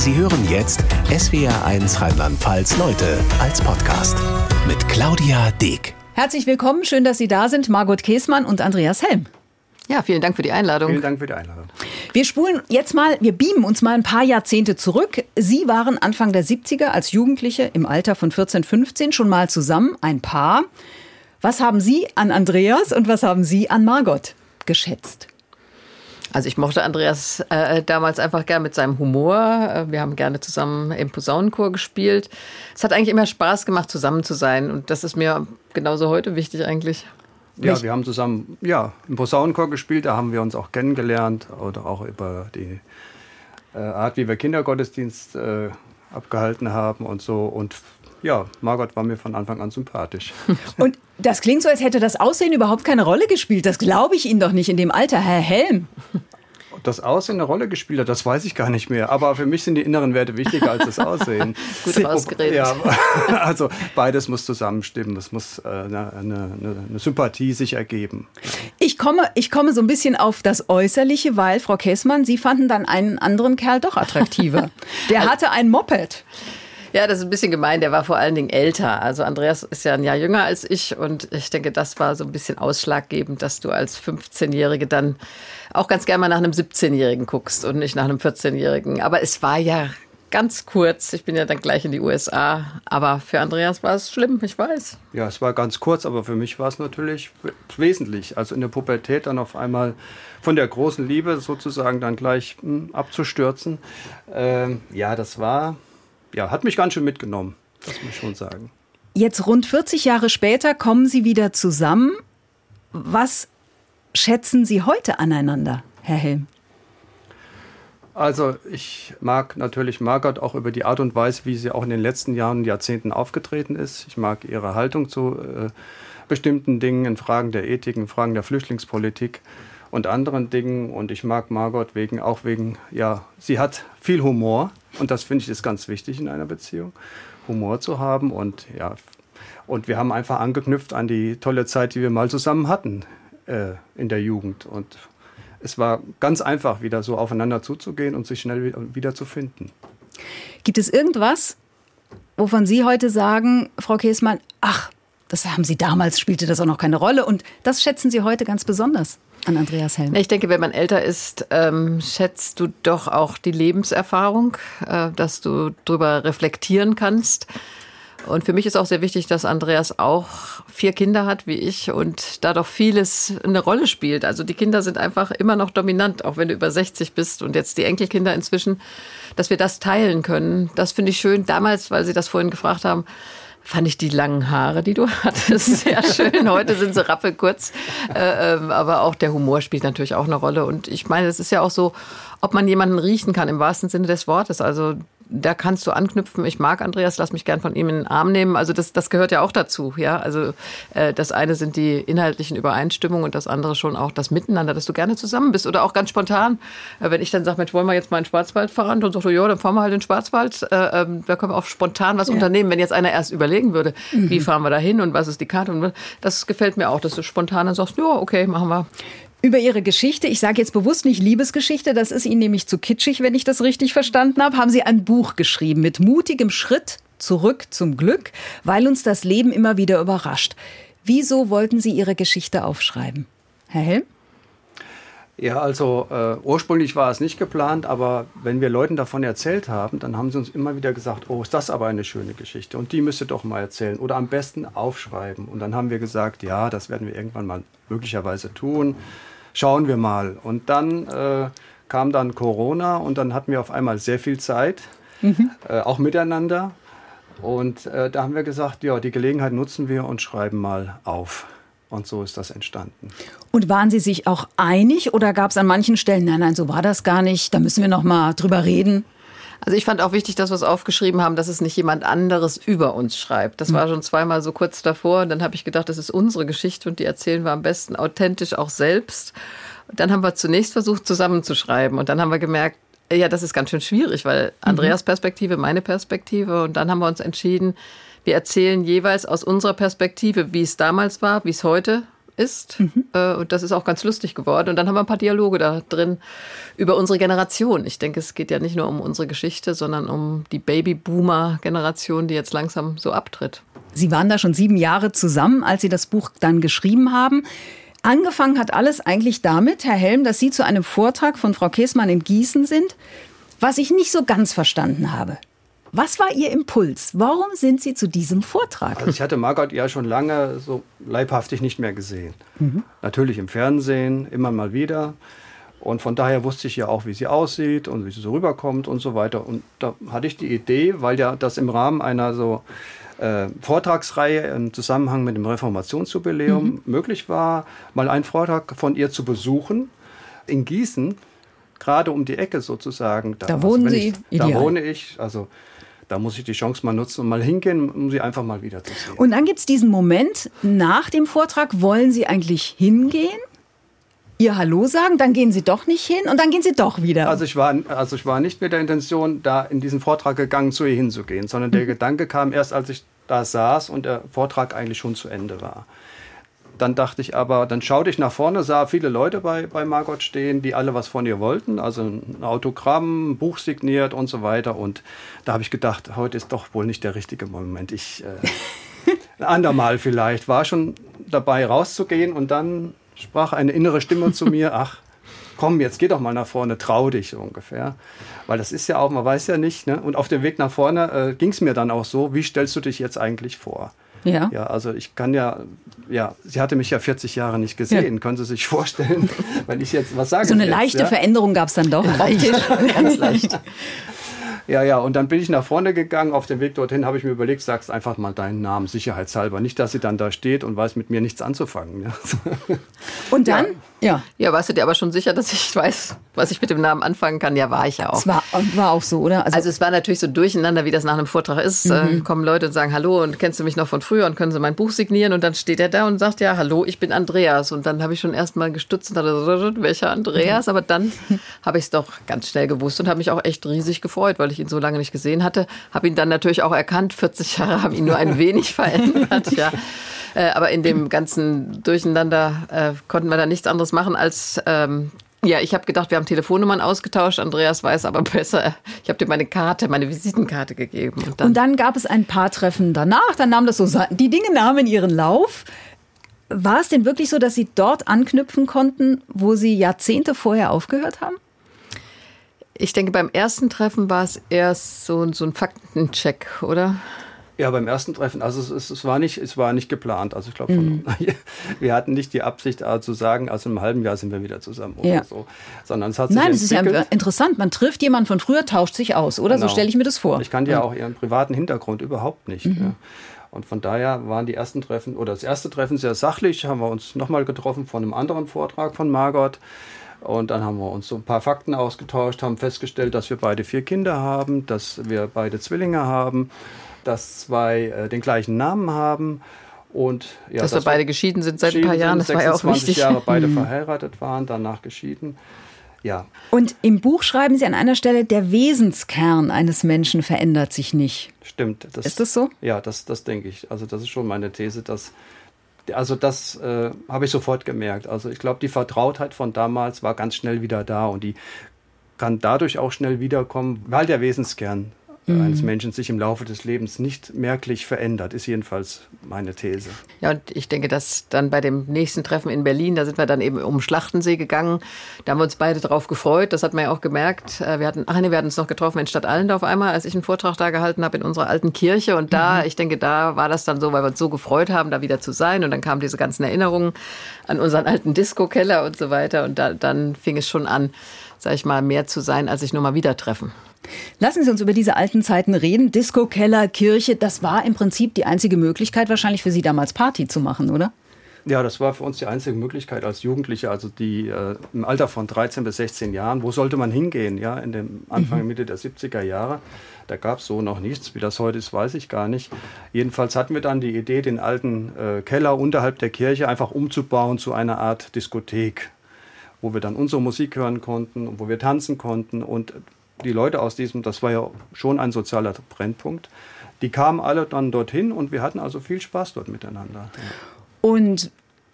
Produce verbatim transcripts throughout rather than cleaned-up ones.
Sie hören jetzt S W R eins Rheinland-Pfalz Leute als Podcast mit Claudia Deek. Herzlich willkommen, schön, dass Sie da sind, Margot Käßmann und Andreas Helm. Ja, vielen Dank für die Einladung. Vielen Dank für die Einladung. Wir spulen jetzt mal, wir beamen uns mal ein paar Jahrzehnte zurück. Sie waren Anfang der siebziger als Jugendliche im Alter von vierzehn, fünfzehn schon mal zusammen, ein Paar. Was haben Sie an Andreas und was haben Sie an Margot geschätzt? Also ich mochte Andreas äh, damals einfach gern mit seinem Humor. Wir haben gerne zusammen im Posaunenchor gespielt. Es hat eigentlich immer Spaß gemacht, zusammen zu sein. Und das ist mir genauso heute wichtig eigentlich. Ja, wir haben zusammen ja, im Posaunenchor gespielt. Da haben wir uns auch kennengelernt. Oder auch über die äh, Art, wie wir Kindergottesdienst äh, abgehalten haben und so. Und ja, Margot war mir von Anfang an sympathisch. Und das klingt so, als hätte das Aussehen überhaupt keine Rolle gespielt. Das glaube ich Ihnen doch nicht in dem Alter, Herr Helm. Das Aussehen eine Rolle gespielt hat, das weiß ich gar nicht mehr. Aber für mich sind die inneren Werte wichtiger als das Aussehen. Gut ausgeredet. Ja, also beides muss zusammenstimmen. Es muss äh, eine, eine, eine Sympathie sich ergeben. Ich komme, ich komme so ein bisschen auf das Äußerliche, weil, Frau Käßmann, Sie fanden dann einen anderen Kerl doch attraktiver. Der hatte ein Moped. Ja, das ist ein bisschen gemein. Der war vor allen Dingen älter. Also Andreas ist ja ein Jahr jünger als ich. Und ich denke, das war so ein bisschen ausschlaggebend, dass du als fünfzehnjährige dann auch ganz gerne mal nach einem siebzehnjährigen guckst und nicht nach einem vierzehnjährigen. Aber es war ja ganz kurz. Ich bin ja dann gleich in die U S A. Aber für Andreas war es schlimm, ich weiß. Ja, es war ganz kurz, aber für mich war es natürlich wesentlich. Also in der Pubertät dann auf einmal von der großen Liebe sozusagen dann gleich mh, abzustürzen. Ähm, ja, das war... Ja, hat mich ganz schön mitgenommen, das muss ich schon sagen. Jetzt rund vierzig Jahre später kommen Sie wieder zusammen. Was schätzen Sie heute aneinander, Herr Helm? Also ich mag natürlich Margot auch über die Art und Weise, wie sie auch in den letzten Jahren und Jahrzehnten aufgetreten ist. Ich mag ihre Haltung zu äh, bestimmten Dingen, in Fragen der Ethik, in Fragen der Flüchtlingspolitik und anderen Dingen. Und ich mag Margot wegen, auch wegen, ja, sie hat viel Humor. Und das finde ich ist ganz wichtig in einer Beziehung, Humor zu haben. Und ja, und wir haben einfach angeknüpft an die tolle Zeit, die wir mal zusammen hatten äh, in der Jugend. Und es war ganz einfach, wieder so aufeinander zuzugehen und sich schnell wieder zu finden. Gibt es irgendwas, wovon Sie heute sagen, Frau Käßmann, ach, das haben Sie damals, spielte das auch noch keine Rolle und das schätzen Sie heute ganz besonders an Andreas Helm? Ich denke, wenn man älter ist, ähm, schätzt du doch auch die Lebenserfahrung, äh, dass du drüber reflektieren kannst. Und für mich ist auch sehr wichtig, dass Andreas auch vier Kinder hat wie ich und da doch vieles eine Rolle spielt. Also die Kinder sind einfach immer noch dominant, auch wenn du über sechzig bist und jetzt die Enkelkinder inzwischen, dass wir das teilen können. Das finde ich schön. Damals, weil Sie das vorhin gefragt haben, fand ich die langen Haare, die du hattest, sehr schön. Heute sind sie rappelkurz. Äh, ähm, aber auch der Humor spielt natürlich auch eine Rolle. Und ich meine, es ist ja auch so, ob man jemanden riechen kann, im wahrsten Sinne des Wortes. Also da kannst du anknüpfen. Ich mag Andreas, lass mich gern von ihm in den Arm nehmen. Also das, das gehört ja auch dazu. Ja, also äh, das eine sind die inhaltlichen Übereinstimmungen und das andere schon auch das Miteinander, dass du gerne zusammen bist oder auch ganz spontan. Äh, wenn ich dann sage, Mensch, wollen wir jetzt mal in den Schwarzwald fahren? Dann sagst du, ja, dann fahren wir halt in den Schwarzwald. Äh, äh, da können wir auch spontan was ja. unternehmen. Wenn jetzt einer erst überlegen würde, mhm. wie fahren wir da hin und was ist die Karte? Und das gefällt mir auch, dass du spontan dann sagst, ja, okay, machen wir. Über Ihre Geschichte, ich sage jetzt bewusst nicht Liebesgeschichte, das ist Ihnen nämlich zu kitschig, wenn ich das richtig verstanden habe, haben Sie ein Buch geschrieben mit mutigem Schritt zurück zum Glück, weil uns das Leben immer wieder überrascht. Wieso wollten Sie Ihre Geschichte aufschreiben? Herr Helm? Ja, also äh, ursprünglich war es nicht geplant, aber wenn wir Leuten davon erzählt haben, dann haben sie uns immer wieder gesagt, oh, ist das aber eine schöne Geschichte und die müsst ihr doch mal erzählen oder am besten aufschreiben. Und dann haben wir gesagt, ja, das werden wir irgendwann mal möglicherweise tun. Schauen wir mal. Und dann äh, kam dann Corona und dann hatten wir auf einmal sehr viel Zeit, mhm. äh, auch miteinander. Und äh, da haben wir gesagt, ja, die Gelegenheit nutzen wir und schreiben mal auf. Und so ist das entstanden. Und waren Sie sich auch einig oder gab es an manchen Stellen, nein, nein, so war das gar nicht, da müssen wir noch mal drüber reden? Also ich fand auch wichtig, dass wir es aufgeschrieben haben, dass es nicht jemand anderes über uns schreibt. Das war schon zweimal so kurz davor. Und dann habe ich gedacht, das ist unsere Geschichte und die erzählen wir am besten authentisch auch selbst. Und dann haben wir zunächst versucht, zusammenzuschreiben. Und dann haben wir gemerkt, ja, das ist ganz schön schwierig, weil Andreas Perspektive, meine Perspektive. Und dann haben wir uns entschieden, wir erzählen jeweils aus unserer Perspektive, wie es damals war, wie es heute ist. Mhm. Und das ist auch ganz lustig geworden. Und dann haben wir ein paar Dialoge da drin über unsere Generation. Ich denke, es geht ja nicht nur um unsere Geschichte, sondern um die Babyboomer-Generation, die jetzt langsam so abtritt. Sie waren da schon sieben Jahre zusammen, als Sie das Buch dann geschrieben haben. Angefangen hat alles eigentlich damit, Herr Helm, dass Sie zu einem Vortrag von Frau Käßmann in Gießen sind, was ich nicht so ganz verstanden habe. Was war Ihr Impuls? Warum sind Sie zu diesem Vortrag? Also ich hatte Margot ja schon lange so leibhaftig nicht mehr gesehen. Mhm. Natürlich im Fernsehen, immer mal wieder. Und von daher wusste ich ja auch, wie sie aussieht und wie sie so rüberkommt und so weiter. Und da hatte ich die Idee, weil ja das im Rahmen einer so äh, Vortragsreihe im Zusammenhang mit dem Reformationsjubiläum mhm. möglich war, mal einen Vortrag von ihr zu besuchen in Gießen, gerade um die Ecke sozusagen. Da, da wohnen also Sie ich, ideal. Da wohne ich, also da muss ich die Chance mal nutzen und mal hingehen, um sie einfach mal wieder zu sehen. Und dann gibt es diesen Moment, nach dem Vortrag wollen Sie eigentlich hingehen, ihr Hallo sagen, dann gehen Sie doch nicht hin und dann gehen Sie doch wieder. Also ich war, also ich war nicht mit der Intention, da in diesen Vortrag gegangen, zu ihr hinzugehen, sondern der mhm. Gedanke kam erst, als ich da saß und der Vortrag eigentlich schon zu Ende war. Dann dachte ich aber, dann schaute ich nach vorne, sah viele Leute bei, bei Margot stehen, die alle was von ihr wollten. Also ein Autogramm, ein Buch signiert und so weiter. Und da habe ich gedacht, heute ist doch wohl nicht der richtige Moment. Ich, äh, ein andermal vielleicht, war schon dabei rauszugehen. Und dann sprach eine innere Stimme zu mir, ach, komm, jetzt geh doch mal nach vorne, trau dich so ungefähr. Weil das ist ja auch, man weiß ja nicht. Ne? Und auf dem Weg nach vorne äh, ging es mir dann auch so, wie stellst du dich jetzt eigentlich vor? Ja. Ja, also ich kann ja, ja, sie hatte mich ja vierzig Jahre nicht gesehen. Ja. Können Sie sich vorstellen, wenn ich jetzt was sage? So eine jetzt, leichte ja? Veränderung gab es dann doch. Optisch, ganz leicht. Ja, ja, und dann bin ich nach vorne gegangen. Auf dem Weg dorthin habe ich mir überlegt, sagst einfach mal deinen Namen, sicherheitshalber. Nicht, dass sie dann da steht und weiß mit mir nichts anzufangen. Ja. Und dann? Ja. Ja, warst du dir aber schon sicher, dass ich weiß, was ich mit dem Namen anfangen kann? Ja, war ich ja auch. Es war, war auch so, oder? Also, also es war natürlich so durcheinander, wie das nach einem Vortrag ist. Mhm. Äh, kommen Leute und sagen, hallo, und kennst du mich noch von früher und können Sie mein Buch signieren? Und dann steht er da und sagt, ja, hallo, ich bin Andreas. Und dann habe ich schon erst mal gestutzt und dachte, welcher Andreas? Aber dann habe ich es doch ganz schnell gewusst und habe mich auch echt riesig gefreut, weil ich ihn so lange nicht gesehen hatte. Habe ihn dann natürlich auch erkannt. vierzig Jahre haben ihn nur ein wenig verändert, ja. Äh, aber in dem ganzen Durcheinander äh, konnten wir da nichts anderes machen als, ähm, ja, ich habe gedacht, wir haben Telefonnummern ausgetauscht. Andreas weiß aber besser. Ich habe dir meine Karte, meine Visitenkarte gegeben. Und dann, und dann gab es ein paar Treffen danach. Dann nahm das so, die Dinge nahmen ihren Lauf. War es denn wirklich so, dass Sie dort anknüpfen konnten, wo Sie Jahrzehnte vorher aufgehört haben? Ich denke, beim ersten Treffen war es erst so, so ein Faktencheck, oder? Ja, beim ersten Treffen, also es, es, es, war, nicht, es war nicht geplant. Also ich glaube, mhm. wir hatten nicht die Absicht äh, zu sagen, also in einem halben Jahr sind wir wieder zusammen oder ja. so. Sondern es hat sich Nein, es entwickelt. ist ja interessant. Man trifft jemanden von früher, tauscht sich aus, oder? Genau. So stelle ich mir das vor. Ich kannte ja auch ihren privaten Hintergrund überhaupt nicht. Mhm. Ja. Und von daher waren die ersten Treffen, oder das erste Treffen sehr sachlich, haben wir uns nochmal getroffen von einem anderen Vortrag von Margot. Und dann haben wir uns so ein paar Fakten ausgetauscht, haben festgestellt, dass wir beide vier Kinder haben, dass wir beide Zwillinge haben, dass zwei äh, den gleichen Namen haben. Und, ja, dass, dass wir beide wir geschieden sind seit ein paar Jahren, das war ja auch wichtig. Jahre beide verheiratet waren, danach geschieden. Ja. Und im Buch schreiben Sie an einer Stelle, der Wesenskern eines Menschen verändert sich nicht. Stimmt. Das, ist das so? Ja, das, das denke ich. Also das ist schon meine These, dass Also das äh, habe ich sofort gemerkt. Also ich glaube, die Vertrautheit von damals war ganz schnell wieder da und die kann dadurch auch schnell wiederkommen, weil der Wesenskern mhm. eines Menschen sich im Laufe des Lebens nicht merklich verändert, ist jedenfalls meine These. Ja, und ich denke, dass dann bei dem nächsten Treffen in Berlin, da sind wir dann eben um Schlachtensee gegangen, da haben wir uns beide drauf gefreut, das hat man ja auch gemerkt. Wir hatten, ach nee, wir hatten uns noch getroffen in Stadt Allendorf einmal, als ich einen Vortrag da gehalten habe in unserer alten Kirche und da, mhm. ich denke, da war das dann so, weil wir uns so gefreut haben, da wieder zu sein und dann kamen diese ganzen Erinnerungen an unseren alten Disco-Keller und so weiter und da, dann fing es schon an, sag ich mal, mehr zu sein, als sich nur mal wieder treffen. Lassen Sie uns über diese alten Zeiten reden. Disco, Keller, Kirche, das war im Prinzip die einzige Möglichkeit wahrscheinlich für Sie damals Party zu machen, oder? Ja, das war für uns die einzige Möglichkeit als Jugendliche, also die äh, im Alter von dreizehn bis sechzehn Jahren. Wo sollte man hingehen? Ja, in dem Anfang, mhm. Mitte der siebziger Jahre. Da gab es so noch nichts. Wie das heute ist, weiß ich gar nicht. Jedenfalls hatten wir dann die Idee, den alten äh, Keller unterhalb der Kirche einfach umzubauen zu einer Art Diskothek, wo wir dann unsere Musik hören konnten und wo wir tanzen konnten. Und die Leute aus diesem, das war ja schon ein sozialer Brennpunkt, die kamen alle dann dorthin und wir hatten also viel Spaß dort miteinander. Ja. Und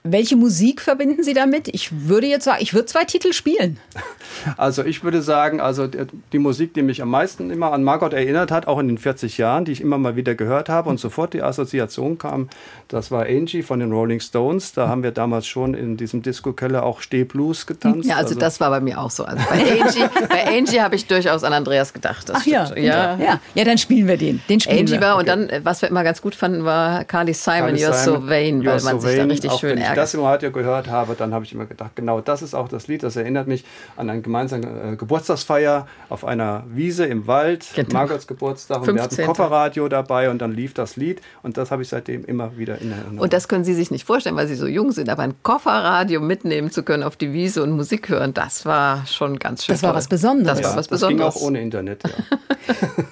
Welche Musik verbinden Sie damit? Ich würde jetzt sagen, ich würde zwei Titel spielen. Also ich würde sagen, also die Musik, die mich am meisten immer an Margot erinnert hat, auch in den vierzig Jahren, die ich immer mal wieder gehört habe und sofort die Assoziation kam, das war Angie von den Rolling Stones. Da haben wir damals schon in diesem Disco-Keller auch Steh-Blues getanzt. Ja, also, also das war bei mir auch so. Also bei Angie, bei Angie habe ich durchaus an Andreas gedacht. Das Ach ja, ja. ja. Ja, dann spielen wir den. Den spielen Angie wir. war, Okay. und dann, was wir immer ganz gut fanden, war Carly Simon, Carly You're Simon, So Vain, weil You're man So sich da Vain. richtig Auch schön wenn ich ärgert. das im Radio gehört habe, dann habe ich immer gedacht, genau das ist auch das Lied, das erinnert mich an eine gemeinsame äh, Geburtstagsfeier auf einer Wiese im Wald, Genau. Margots Geburtstag, und wir hatten fünfzehnten Kofferradio dabei und dann lief das Lied und das habe ich seitdem immer wieder in Erinnerung. Und das können Sie sich nicht vorstellen, weil Sie so jung sind, aber ein Kofferradio mitnehmen zu können auf die Wiese und Musik hören, das war schon ganz schön Das war toll. was Besonderes. Das ja, war was das Besonderes. ging auch ohne Internet, ja.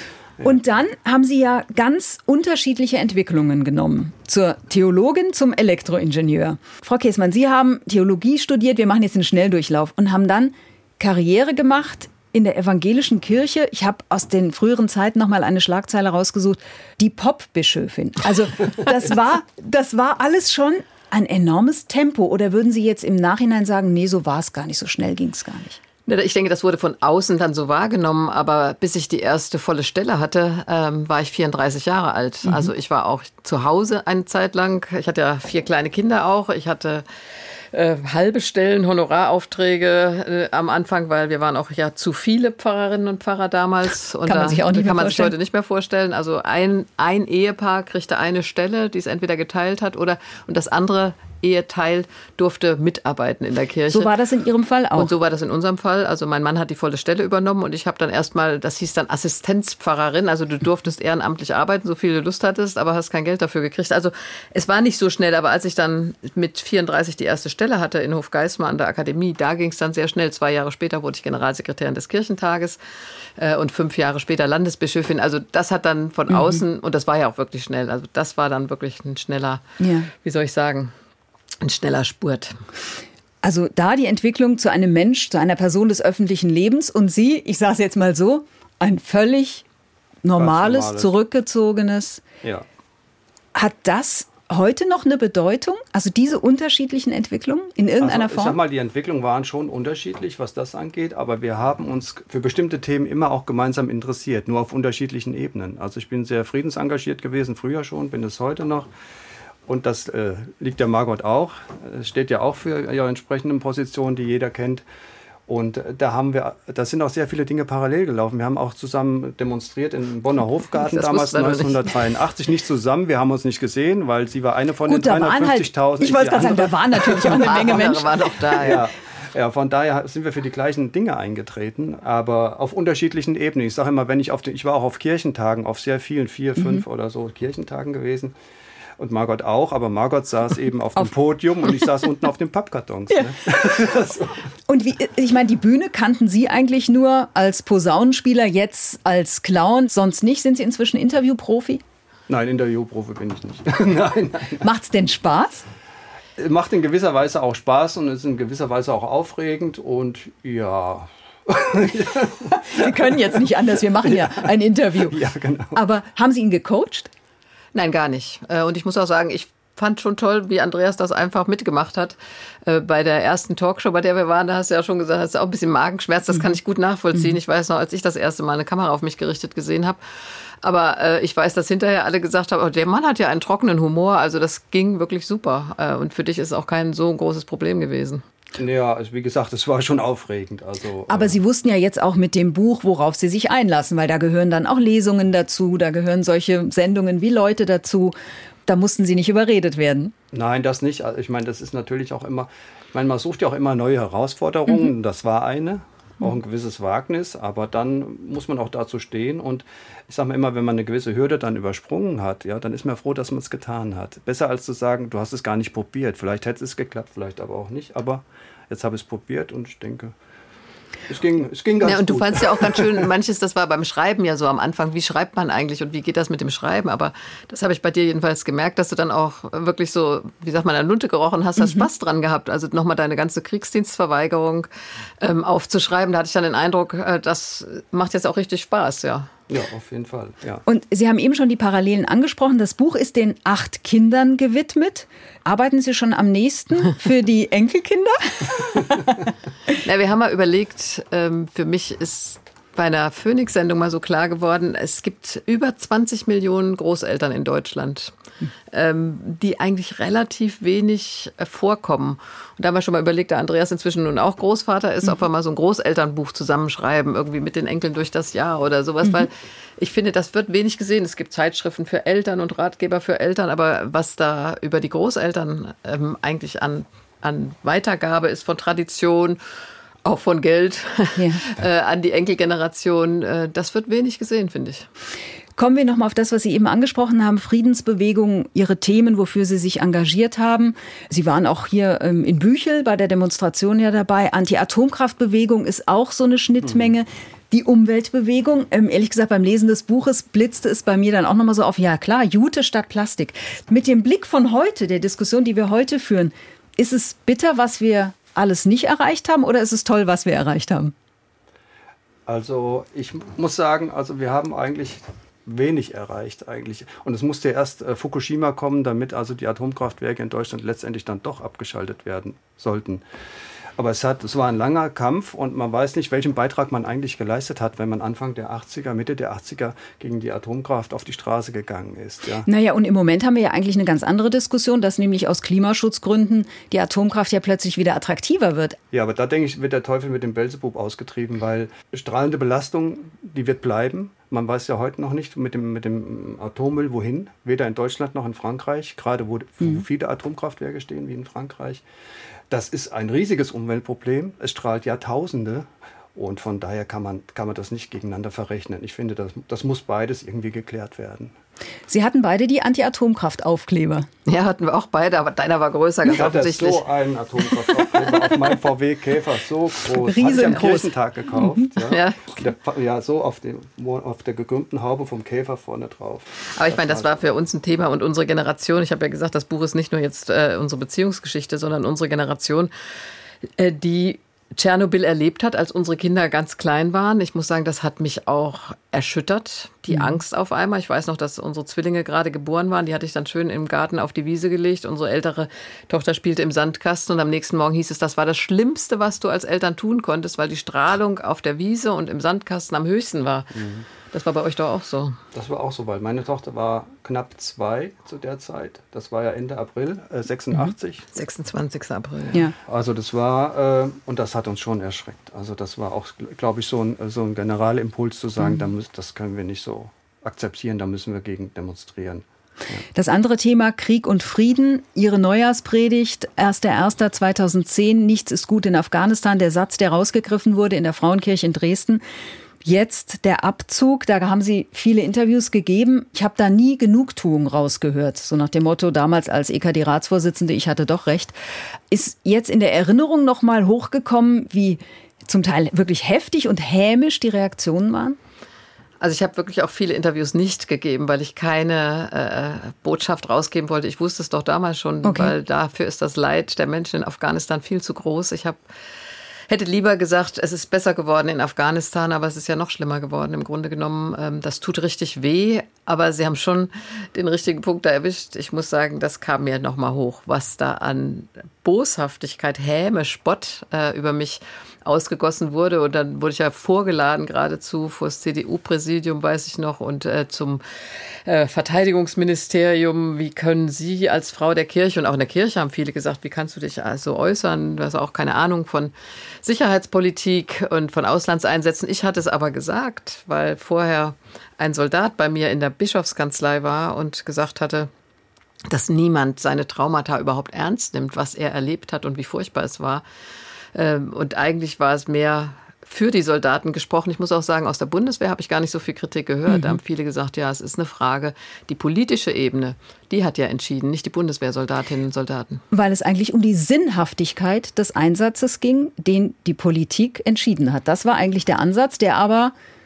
Und dann haben Sie ja ganz unterschiedliche Entwicklungen genommen. Zur Theologin, zum Elektroingenieur. Frau Käßmann, Sie haben Theologie studiert, wir machen jetzt einen Schnelldurchlauf, und haben dann Karriere gemacht in der evangelischen Kirche. Ich habe aus den früheren Zeiten noch mal eine Schlagzeile rausgesucht. Die Popbischöfin. Also das war, das war alles schon ein enormes Tempo. Oder würden Sie jetzt im Nachhinein sagen, nee, so war es gar nicht, so schnell ging es gar nicht? Ich denke, das wurde von außen dann so wahrgenommen, aber bis ich die erste volle Stelle hatte, ähm, war ich vierunddreißig Jahre alt. Mhm. Also ich war auch zu Hause eine Zeit lang. Ich hatte ja vier kleine Kinder auch. Ich hatte äh, halbe Stellen, Honoraraufträge äh, am Anfang, weil wir waren auch ja zu viele Pfarrerinnen und Pfarrer damals. Und kann man sich auch nicht kann mehr man sich vorstellen. heute nicht mehr vorstellen. Also ein, ein Ehepaar kriegte eine Stelle, die es entweder geteilt hat oder, und das andere Eheteil durfte mitarbeiten in der Kirche. So war das in Ihrem Fall auch? Und so war das in unserem Fall. Also mein Mann hat die volle Stelle übernommen und ich habe dann erstmal, das hieß dann Assistenzpfarrerin, also du durftest ehrenamtlich arbeiten, so viel du Lust hattest, aber hast kein Geld dafür gekriegt. Also es war nicht so schnell, aber als ich dann mit vierunddreißig die erste Stelle hatte in Hofgeismar an der Akademie, da ging es dann sehr schnell. Zwei Jahre später wurde ich Generalsekretärin des Kirchentages äh, und fünf Jahre später Landesbischöfin. Also das hat dann von außen, mhm. und das war ja auch wirklich schnell, also das war dann wirklich ein schneller, ja. wie soll ich sagen, ein schneller Spurt. Also da die Entwicklung zu einem Mensch, zu einer Person des öffentlichen Lebens, und Sie, ich sage es jetzt mal so, ein völlig normales, normales. zurückgezogenes. Ja. Hat das heute noch eine Bedeutung? Also diese unterschiedlichen Entwicklungen in irgendeiner also, Form? Ich sag mal, die Entwicklungen waren schon unterschiedlich, was das angeht, aber wir haben uns für bestimmte Themen immer auch gemeinsam interessiert, nur auf unterschiedlichen Ebenen. Also ich bin sehr friedensengagiert gewesen, früher schon, bin es heute noch. Und das äh, liegt der Margot auch. Es steht ja auch für ihre entsprechenden Positionen, die jeder kennt. Und da haben wir, da sind auch sehr viele Dinge parallel gelaufen. Wir haben auch zusammen demonstriert im Bonner Hofgarten, das damals neunzehnhundertdreiundachtzig. Nicht. nicht zusammen, wir haben uns nicht gesehen, weil sie war eine von Gut, den dreihundertfünfzigtausend. Halt, ich wollte gerade sagen, da waren natürlich auch eine Menge Menschen. Waren auch da, ja. ja. Ja, von daher sind wir für die gleichen Dinge eingetreten, aber auf unterschiedlichen Ebenen. Ich sage immer, wenn ich auf den, ich war auch auf Kirchentagen, auf sehr vielen, vier, fünf mhm. oder so Kirchentagen gewesen. Und Margot auch, aber Margot saß eben auf, auf dem Podium und ich saß unten auf den Pappkartons. Ja. Ne? So. Und wie, ich meine, die Bühne kannten Sie eigentlich nur als Posaunenspieler, jetzt als Clown, sonst nicht? Sind Sie inzwischen Interviewprofi? Nein, Interviewprofi bin ich nicht. nein, nein. Macht's denn Spaß? Macht in gewisser Weise auch Spaß und ist in gewisser Weise auch aufregend und ja... Sie können jetzt nicht anders, wir machen ja ein Interview. Ja, genau. Aber haben Sie ihn gecoacht? Nein, gar nicht. Und ich muss auch sagen, ich fand schon toll, wie Andreas das einfach mitgemacht hat. Bei der ersten Talkshow, bei der wir waren, da hast du ja schon gesagt, hast du auch ein bisschen Magenschmerz. Das kann ich gut nachvollziehen. Ich weiß noch, als ich das erste Mal eine Kamera auf mich gerichtet gesehen habe. Aber äh, ich weiß, dass hinterher alle gesagt haben, oh, der Mann hat ja einen trockenen Humor. Also das ging wirklich super. Äh, und für dich ist es auch kein so großes Problem gewesen. Ja, also wie gesagt, es war schon aufregend. Also, Aber äh, Sie wussten ja jetzt auch mit dem Buch, worauf Sie sich einlassen, weil da gehören dann auch Lesungen dazu, da gehören solche Sendungen wie Leute dazu. Da mussten Sie nicht überredet werden. Nein, das nicht. Also ich meine, das ist natürlich auch immer, ich meine, man sucht ja auch immer neue Herausforderungen. Mhm. Das war eine, auch ein gewisses Wagnis, aber dann muss man auch dazu stehen. Und ich sage mal immer, wenn man eine gewisse Hürde dann übersprungen hat, ja, dann ist man froh, dass man es getan hat. Besser als zu sagen, du hast es gar nicht probiert. Vielleicht hätte es geklappt, vielleicht aber auch nicht. Aber jetzt habe ich es probiert und ich denke, es ging, es ging ganz ja, und gut. du fandst ja auch ganz schön, manches, das war beim Schreiben ja so am Anfang, wie schreibt man eigentlich und wie geht das mit dem Schreiben? Aber das habe ich bei dir jedenfalls gemerkt, dass du dann auch wirklich so, wie sagt man, an Lunte gerochen hast, hast mhm. Spaß dran gehabt. Also nochmal deine ganze Kriegsdienstverweigerung ähm, aufzuschreiben. Da hatte ich dann den Eindruck, äh, das macht jetzt auch richtig Spaß, ja. Ja, auf jeden Fall. Ja. Und Sie haben eben schon die Parallelen angesprochen. Das Buch ist den acht Kindern gewidmet. Arbeiten Sie schon am nächsten für die Enkelkinder? Na, wir haben mal überlegt, ähm, für mich ist bei einer Phoenix-Sendung mal so klar geworden, es gibt über zwanzig Millionen Großeltern in Deutschland, ähm, die eigentlich relativ wenig äh, vorkommen. Und da haben wir schon mal überlegt, da Andreas inzwischen nun auch Großvater ist, mhm. ob wir mal so ein Großelternbuch zusammenschreiben, irgendwie mit den Enkeln durch das Jahr oder sowas, mhm. weil ich finde, das wird wenig gesehen. Es gibt Zeitschriften für Eltern und Ratgeber für Eltern, aber was da über die Großeltern ähm, eigentlich an, an Weitergabe ist von Tradition, auch von Geld ja. äh, an die Enkelgeneration. Äh, das wird wenig gesehen, finde ich. Kommen wir nochmal auf das, was Sie eben angesprochen haben, Friedensbewegung, Ihre Themen, wofür Sie sich engagiert haben. Sie waren auch hier ähm, in Büchel bei der Demonstration ja dabei. Anti-Atomkraftbewegung ist auch so eine Schnittmenge. Mhm. Die Umweltbewegung, ähm, ehrlich gesagt, beim Lesen des Buches blitzte es bei mir dann auch nochmal so auf, ja klar, Jute statt Plastik. Mit dem Blick von heute, der Diskussion, die wir heute führen, ist es bitter, was wir alles nicht erreicht haben, oder ist es toll, was wir erreicht haben? Also ich muss sagen, also wir haben eigentlich wenig erreicht eigentlich. Und es musste erst äh, Fukushima kommen, damit also die Atomkraftwerke in Deutschland letztendlich dann doch abgeschaltet werden sollten. Aber es, hat, es war ein langer Kampf und man weiß nicht, welchen Beitrag man eigentlich geleistet hat, wenn man Anfang der achtziger, Mitte der achtziger gegen die Atomkraft auf die Straße gegangen ist. Ja. Naja, und im Moment haben wir ja eigentlich eine ganz andere Diskussion, dass nämlich aus Klimaschutzgründen die Atomkraft ja plötzlich wieder attraktiver wird. Ja, aber da denke ich, wird der Teufel mit dem Beelzebub ausgetrieben, weil strahlende Belastung, die wird bleiben. Man weiß ja heute noch nicht mit dem, mit dem Atommüll wohin, weder in Deutschland noch in Frankreich, gerade wo, wo mhm. viele Atomkraftwerke stehen wie in Frankreich. Das ist ein riesiges Umweltproblem. Es strahlt Jahrtausende und von daher kann man, kann man das nicht gegeneinander verrechnen. Ich finde, das, das muss beides irgendwie geklärt werden. Sie hatten beide die Anti-Atomkraft-Aufkleber. Ja, hatten wir auch beide, aber deiner war größer, ganz ich hatte offensichtlich. So einen Atomkraftaufkleber auf meinem V W Käfer, so groß. Riesengroß. Hatte ich am Kirchentag gekauft. Mhm. Ja, ja. Der, ja, so auf, dem, auf der gekrümmten Haube vom Käfer vorne drauf. Aber ich meine, das war für uns ein Thema und unsere Generation. Ich habe ja gesagt, das Buch ist nicht nur jetzt äh, unsere Beziehungsgeschichte, sondern unsere Generation, äh, die Tschernobyl erlebt hat, als unsere Kinder ganz klein waren. Ich muss sagen, das hat mich auch erschüttert. Die mhm. Angst auf einmal. Ich weiß noch, dass unsere Zwillinge gerade geboren waren. Die hatte ich dann schön im Garten auf die Wiese gelegt. Unsere ältere Tochter spielte im Sandkasten und am nächsten Morgen hieß es, das war das Schlimmste, was du als Eltern tun konntest, weil die Strahlung auf der Wiese und im Sandkasten am höchsten war. Mhm. Das war bei euch doch auch so. Das war auch so, weil meine Tochter war knapp zwei zu der Zeit. Das war ja Ende April, äh, sechsundachtzig. Mhm. sechsundzwanzigster April. Ja. Also das war, äh, und das hat uns schon erschreckt. Also das war auch, glaube ich, so ein, so ein Generalimpuls zu sagen, mhm. da muss, das können wir nicht so akzeptieren, da müssen wir gegen demonstrieren. Ja. Das andere Thema, Krieg und Frieden. Ihre Neujahrspredigt, erster erster zweitausendzehn, nichts ist gut in Afghanistan. Der Satz, der rausgegriffen wurde in der Frauenkirche in Dresden. Jetzt der Abzug, da haben Sie viele Interviews gegeben. Ich habe da nie Genugtuung rausgehört. So nach dem Motto, damals als E K D-Ratsvorsitzende, ich hatte doch recht. Ist jetzt in der Erinnerung noch mal hochgekommen, wie zum Teil wirklich heftig und hämisch die Reaktionen waren? Also ich habe wirklich auch viele Interviews nicht gegeben, weil ich keine äh, Botschaft rausgeben wollte. Ich wusste es doch damals schon, okay. weil dafür ist das Leid der Menschen in Afghanistan viel zu groß. Ich habe hätte lieber gesagt, es ist besser geworden in Afghanistan, aber es ist ja noch schlimmer geworden. Im Grunde genommen, ähm, das tut richtig weh, aber Sie haben schon den richtigen Punkt da erwischt. Ich muss sagen, das kam mir noch mal hoch, was da an Boshaftigkeit, Häme, Spott äh, über mich ausgegossen wurde. Und dann wurde ich ja vorgeladen geradezu vor das C D U-Präsidium, weiß ich noch, und äh, zum äh, Verteidigungsministerium. Wie können Sie als Frau der Kirche, und auch in der Kirche haben viele gesagt, wie kannst du dich also äußern? Du hast auch keine Ahnung von Sicherheitspolitik und von Auslandseinsätzen. Ich hatte es aber gesagt, weil vorher ein Soldat bei mir in der Bischofskanzlei war und gesagt hatte, dass niemand seine Traumata überhaupt ernst nimmt, was er erlebt hat und wie furchtbar es war. Und eigentlich war es mehr für die Soldaten gesprochen. Ich muss auch sagen, aus der Bundeswehr habe ich gar nicht so viel Kritik gehört. Mhm. Da haben viele gesagt, ja, es ist eine Frage. Die politische Ebene, die hat ja entschieden, nicht die Bundeswehrsoldatinnen und Soldaten. Weil es eigentlich um die Sinnhaftigkeit des Einsatzes ging, den die Politik entschieden hat. Das war eigentlich der Ansatz, der aber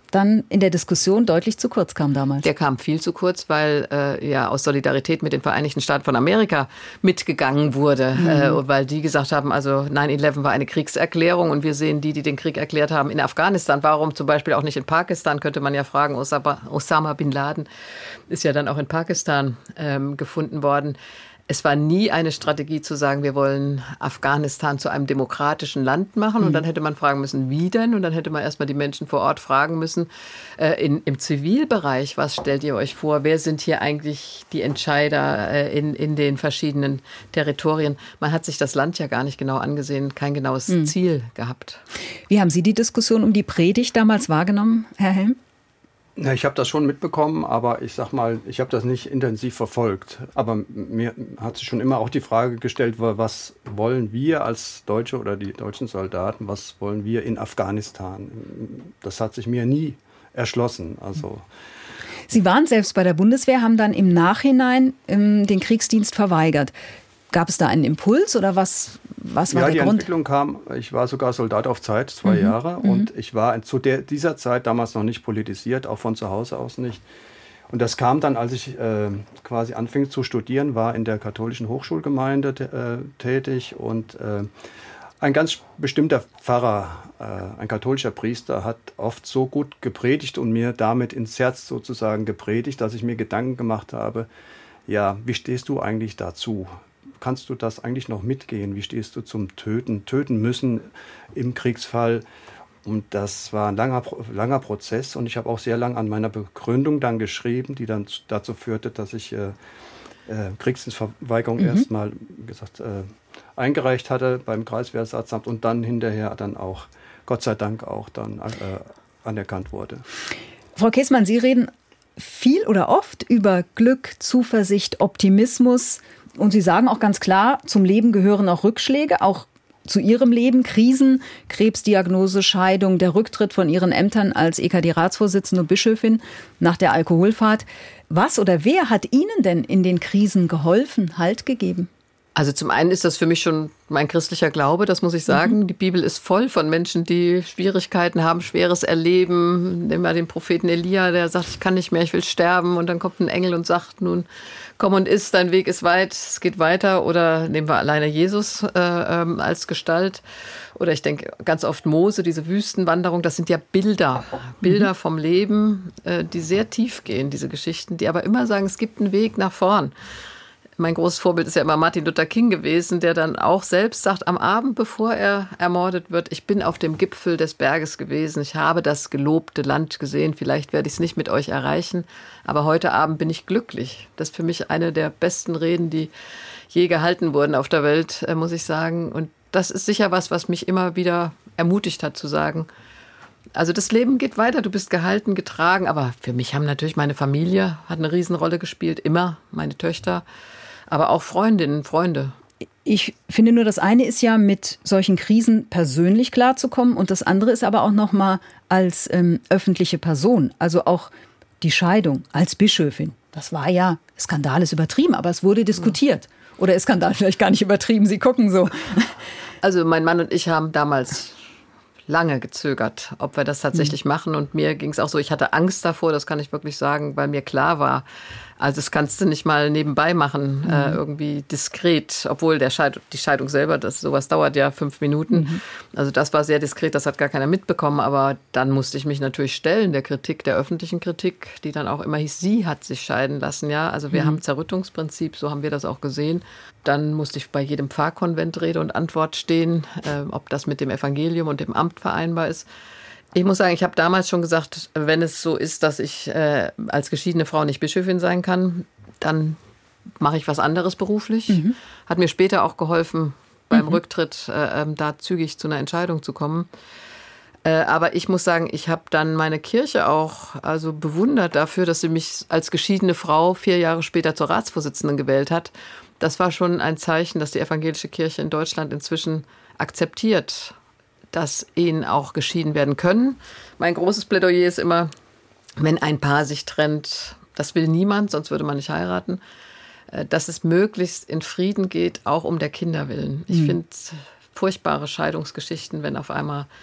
dann in der Diskussion deutlich zu kurz kam damals. Der kam viel zu kurz, weil äh, ja aus Solidarität mit den Vereinigten Staaten von Amerika mitgegangen wurde. Mhm. Äh, weil die gesagt haben, also neun elf war eine Kriegserklärung und wir sehen die, die den Krieg erklärt haben in Afghanistan. Warum zum Beispiel auch nicht in Pakistan, könnte man ja fragen. Osama, Osama bin Laden ist ja dann auch in Pakistan ähm, gefunden worden. Es war nie eine Strategie zu sagen, wir wollen Afghanistan zu einem demokratischen Land machen. Und dann hätte man fragen müssen, wie denn? Und dann hätte man erstmal die Menschen vor Ort fragen müssen, äh, in, im Zivilbereich, was stellt ihr euch vor? Wer sind hier eigentlich die Entscheider äh, in, in den verschiedenen Territorien? Man hat sich das Land ja gar nicht genau angesehen, kein genaues mhm. Ziel gehabt. Wie haben Sie die Diskussion um die Predigt damals wahrgenommen, Herr Helm? Ja, ich habe das schon mitbekommen, aber ich sag mal, ich habe das nicht intensiv verfolgt. Aber mir hat sich schon immer auch die Frage gestellt, was wollen wir als Deutsche oder die deutschen Soldaten, was wollen wir in Afghanistan? Das hat sich mir nie erschlossen. Also Sie waren selbst bei der Bundeswehr, haben dann im Nachhinein ähm, den Kriegsdienst verweigert. Gab es da einen Impuls oder was, was war ja, der Grund? Ja, die Entwicklung kam, ich war sogar Soldat auf Zeit, zwei mhm. Jahre. Mhm. Und ich war zu der, dieser Zeit damals noch nicht politisiert, auch von zu Hause aus nicht. Und das kam dann, als ich äh, quasi anfing zu studieren, war in der katholischen Hochschulgemeinde äh, tätig. Und äh, ein ganz bestimmter Pfarrer, äh, ein katholischer Priester, hat oft so gut gepredigt und mir damit ins Herz sozusagen gepredigt, dass ich mir Gedanken gemacht habe, ja, wie stehst du eigentlich dazu? Kannst du das eigentlich noch mitgehen? Wie stehst du zum Töten, töten müssen im Kriegsfall? Und das war ein langer, langer Prozess. Und ich habe auch sehr lange an meiner Begründung dann geschrieben, die dann dazu führte, dass ich äh, äh, Kriegsdienstverweigerung mhm. erstmal gesagt, äh, eingereicht hatte beim Kreiswehrersatzamt und dann hinterher dann auch, Gott sei Dank, auch dann äh, anerkannt wurde. Frau Käßmann, Sie reden viel oder oft über Glück, Zuversicht, Optimismus. Und Sie sagen auch ganz klar, zum Leben gehören auch Rückschläge, auch zu Ihrem Leben, Krisen, Krebsdiagnose, Scheidung, der Rücktritt von Ihren Ämtern als E K D-Ratsvorsitzende und Bischöfin nach der Alkoholfahrt. Was oder wer hat Ihnen denn in den Krisen geholfen, Halt gegeben? Also zum einen ist das für mich schon mein christlicher Glaube, das muss ich sagen. Mhm. Die Bibel ist voll von Menschen, die Schwierigkeiten haben, Schweres erleben. Nehmen wir den Propheten Elia, der sagt, ich kann nicht mehr, ich will sterben. Und dann kommt ein Engel und sagt, nun komm und iss, dein Weg ist weit, es geht weiter. Oder nehmen wir alleine Jesus äh, ähm, als Gestalt. Oder ich denke ganz oft Mose, diese Wüstenwanderung, das sind ja Bilder. Bilder mhm. vom Leben, äh, die sehr tief gehen, diese Geschichten, die aber immer sagen, es gibt einen Weg nach vorn. Mein großes Vorbild ist ja immer Martin Luther King gewesen, der dann auch selbst sagt, am Abend, bevor er ermordet wird, ich bin auf dem Gipfel des Berges gewesen, ich habe das gelobte Land gesehen, vielleicht werde ich es nicht mit euch erreichen, aber heute Abend bin ich glücklich. Das ist für mich eine der besten Reden, die je gehalten wurden auf der Welt, muss ich sagen. Und das ist sicher was, was mich immer wieder ermutigt hat zu sagen, also das Leben geht weiter, du bist gehalten, getragen, aber für mich haben natürlich meine Familie, hat eine Riesenrolle gespielt, immer meine Töchter, aber auch Freundinnen, Freunde. Ich finde nur, das eine ist ja, mit solchen Krisen persönlich klarzukommen und das andere ist aber auch noch mal als ähm, öffentliche Person, also auch die Scheidung als Bischöfin. Das war ja, Skandal ist übertrieben, aber es wurde diskutiert. Oder ist Skandal vielleicht gar nicht übertrieben, Sie gucken so. Also mein Mann und ich haben damals lange gezögert, ob wir das tatsächlich mhm. machen. Und mir ging es auch so, ich hatte Angst davor, das kann ich wirklich sagen, weil mir klar war, also das kannst du nicht mal nebenbei machen, mhm. äh, irgendwie diskret, obwohl der Scheid- die Scheidung selber, das sowas dauert ja fünf Minuten. Mhm. Also das war sehr diskret, das hat gar keiner mitbekommen, aber dann musste ich mich natürlich stellen, der Kritik, der öffentlichen Kritik, die dann auch immer hieß, sie hat sich scheiden lassen, ja. Also wir mhm. haben Zerrüttungsprinzip, so haben wir das auch gesehen. Dann musste ich bei jedem Pfarrkonvent Rede und Antwort stehen, äh, ob das mit dem Evangelium und dem Amt vereinbar ist. Ich muss sagen, ich habe damals schon gesagt, wenn es so ist, dass ich äh, als geschiedene Frau nicht Bischöfin sein kann, dann mache ich was anderes beruflich. Mhm. Hat mir später auch geholfen, beim mhm. Rücktritt äh, äh, da zügig zu einer Entscheidung zu kommen. Äh, aber ich muss sagen, ich habe dann meine Kirche auch also bewundert dafür, dass sie mich als geschiedene Frau vier Jahre später zur Ratsvorsitzenden gewählt hat. Das war schon ein Zeichen, dass die evangelische Kirche in Deutschland inzwischen akzeptiert, dass Ehen auch geschieden werden können. Mein großes Plädoyer ist immer, wenn ein Paar sich trennt, das will niemand, sonst würde man nicht heiraten, dass es möglichst in Frieden geht, auch um der Kinder willen. Ich mhm. finde furchtbare Scheidungsgeschichten, wenn auf einmal